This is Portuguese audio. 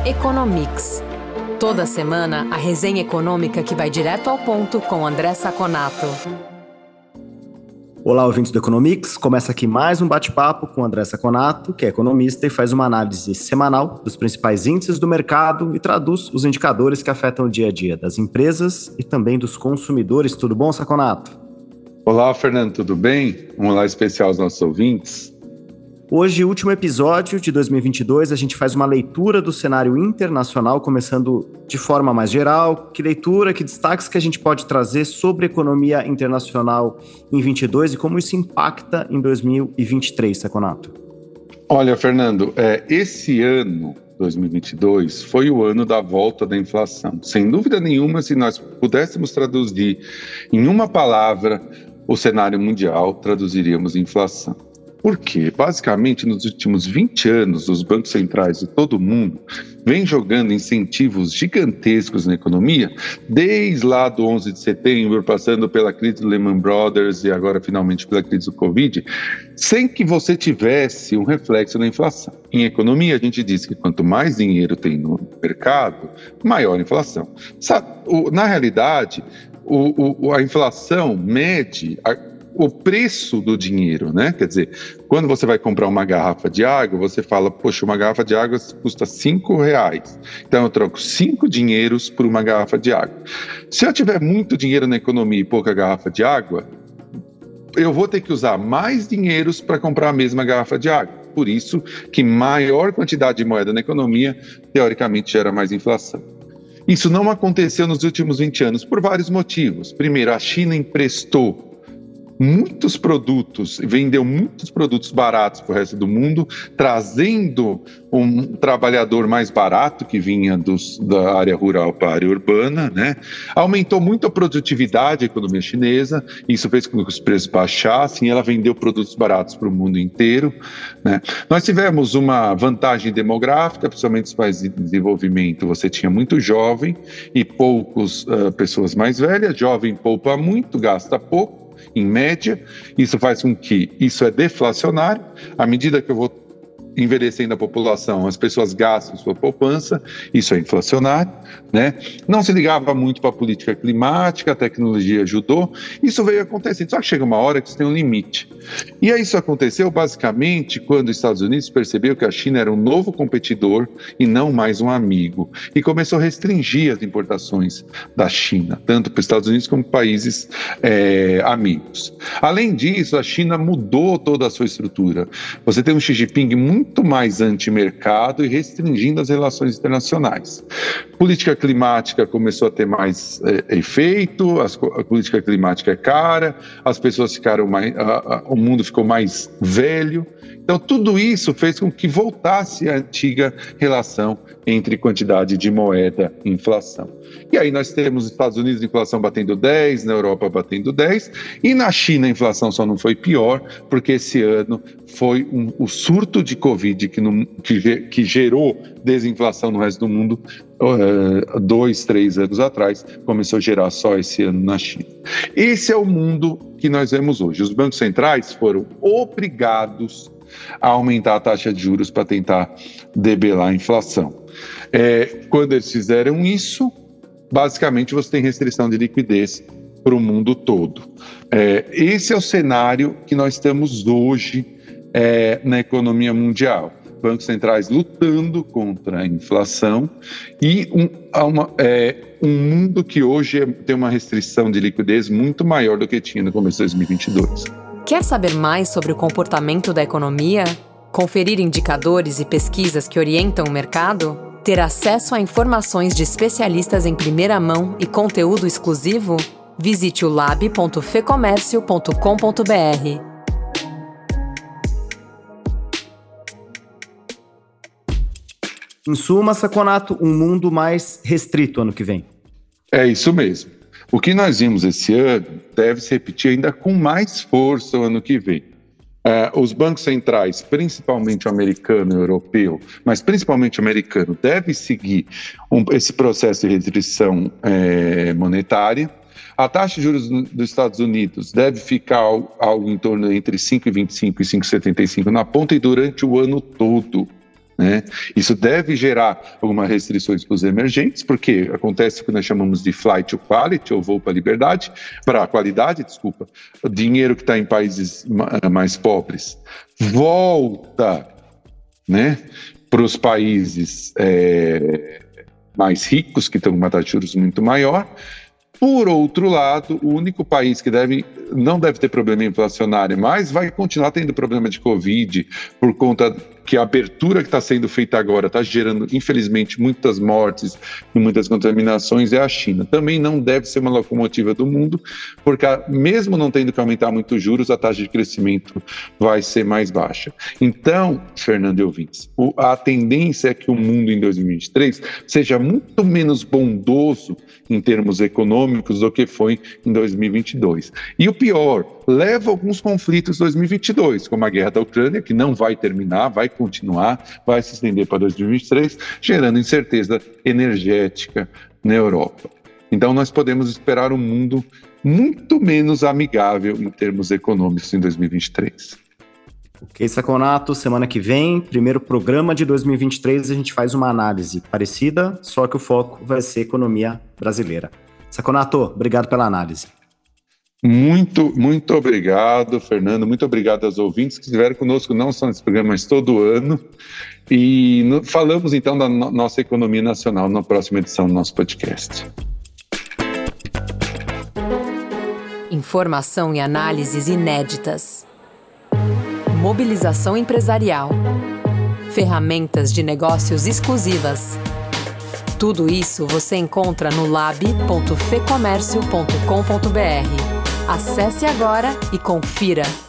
Economics. Toda semana, a resenha econômica que vai direto ao ponto com André Saconato. Olá, ouvintes do Economics. Começa aqui mais um bate-papo com André Saconato, que é economista e faz uma análise semanal dos principais índices do mercado e traduz os indicadores que afetam o dia a dia das empresas e também dos consumidores. Tudo bom, Saconato? Olá, Fernando, tudo bem? Um olá especial aos nossos ouvintes. Hoje, último episódio de 2022, a gente faz uma leitura do cenário internacional, começando de forma mais geral. Que leitura, que destaques que a gente pode trazer sobre a economia internacional em 2022 e como isso impacta em 2023, Saconato? Olha, Fernando, esse ano, 2022, foi o ano da volta da inflação. Sem dúvida nenhuma, se nós pudéssemos traduzir em uma palavra o cenário mundial, traduziríamos inflação. Por quê? Basicamente, nos últimos 20 anos, os bancos centrais de todo o mundo vêm jogando incentivos gigantescos na economia, desde lá do 11 de setembro, passando pela crise do Lehman Brothers e agora finalmente pela crise do Covid, sem que você tivesse um reflexo na inflação. Em economia, a gente diz que quanto mais dinheiro tem no mercado, maior a inflação. Na realidade, a inflação mede o preço do dinheiro, né? Quer dizer, quando você vai comprar uma garrafa de água, você fala, poxa, uma garrafa de água custa R$5. Então eu troco 5 dinheiros por uma garrafa de água. Se eu tiver muito dinheiro na economia e pouca garrafa de água, eu vou ter que usar mais dinheiros para comprar a mesma garrafa de água. Por isso que maior quantidade de moeda na economia, teoricamente, gera mais inflação. Isso não aconteceu nos últimos 20 anos por vários motivos. Primeiro, a China emprestou muitos produtos, vendeu muitos produtos baratos para o resto do mundo, trazendo um trabalhador mais barato que vinha da área rural para a área urbana, né? Aumentou muito a produtividade da economia chinesa, isso fez com que os preços baixassem, ela vendeu produtos baratos para o mundo inteiro, né? Nós tivemos uma vantagem demográfica, principalmente nos países de desenvolvimento, você tinha muito jovem e poucos pessoas mais velhas, jovem poupa muito, gasta pouco, em média, isso faz com que isso é deflacionário. À medida que eu vou envelhecendo a população, as pessoas gastam sua poupança, isso é inflacionário, né? Não se ligava muito para a política climática, a tecnologia ajudou, isso veio acontecendo, só que chega uma hora que isso tem um limite. E aí isso aconteceu basicamente quando os Estados Unidos percebeu que a China era um novo competidor e não mais um amigo, e começou a restringir as importações da China, tanto para os Estados Unidos como para países amigos. Além disso, a China mudou toda a sua estrutura. Você tem um Xi Jinping muito mais anti-mercado e restringindo as relações internacionais. Política climática começou a ter mais efeito, a política climática é cara, as pessoas ficaram mais, o mundo ficou mais velho. Então, tudo isso fez com que voltasse a antiga relação entre quantidade de moeda e inflação. E aí nós temos nos Estados Unidos a inflação batendo 10, na Europa batendo 10, e na China a inflação só não foi pior, porque esse ano foi o surto de Covid que gerou desinflação no resto do mundo 2, 3 anos atrás, começou a gerar só esse ano na China. Esse é o mundo que nós vemos hoje. Os bancos centrais foram obrigados a aumentar a taxa de juros para tentar debelar a inflação. Quando eles fizeram isso, basicamente você tem restrição de liquidez para o mundo todo. Esse é o cenário que nós temos hoje na economia mundial. Bancos centrais lutando contra a inflação e um mundo que hoje tem uma restrição de liquidez muito maior do que tinha no começo de 2022. Quer saber mais sobre o comportamento da economia? Conferir indicadores e pesquisas que orientam o mercado? Ter acesso a informações de especialistas em primeira mão e conteúdo exclusivo? Visite o lab.fecomércio.com.br. Em suma, Saconato, um mundo mais restrito ano que vem. É isso mesmo. O que nós vimos esse ano deve se repetir ainda com mais força o ano que vem. Os bancos centrais, principalmente o americano e o europeu, mas principalmente o americano, deve seguir esse processo de restrição monetária. A taxa de juros dos Estados Unidos deve ficar algo em torno entre 5,25 e 5,75 na ponta e durante o ano todo. né? Isso deve gerar algumas restrições para os emergentes, porque acontece o que nós chamamos de flight to quality, ou voo para a qualidade, desculpa. O dinheiro que está em países mais pobres volta, né, para os países mais ricos, que estão com uma taxa de juros muito maior. Por outro lado, o único país que não deve ter problema inflacionário, mas vai continuar tendo problema de Covid, por conta que a abertura que está sendo feita agora está gerando, infelizmente, muitas mortes e muitas contaminações, é a China. Também não deve ser uma locomotiva do mundo, porque mesmo não tendo que aumentar muito os juros, a taxa de crescimento vai ser mais baixa. Então, Fernando e ouvintes, a tendência é que o mundo em 2023 seja muito menos bondoso em termos econômicos do que foi em 2022. E o pior, leva alguns conflitos em 2022, como a guerra da Ucrânia, que não vai terminar, vai continuar, vai se estender para 2023, gerando incerteza energética na Europa. Então nós podemos esperar um mundo muito menos amigável em termos econômicos em 2023. Ok, Saconato, semana que vem, primeiro programa de 2023, a gente faz uma análise parecida, só que o foco vai ser economia brasileira. Saconato, obrigado pela análise. Muito, muito obrigado, Fernando. Muito obrigado aos ouvintes que estiveram conosco, não só nesse programa, mas todo ano. E falamos, então, da nossa economia nacional na próxima edição do nosso podcast. Informação e análises inéditas. Mobilização empresarial. Ferramentas de negócios exclusivas. Tudo isso você encontra no lab.fecomércio.com.br. Acesse agora e confira!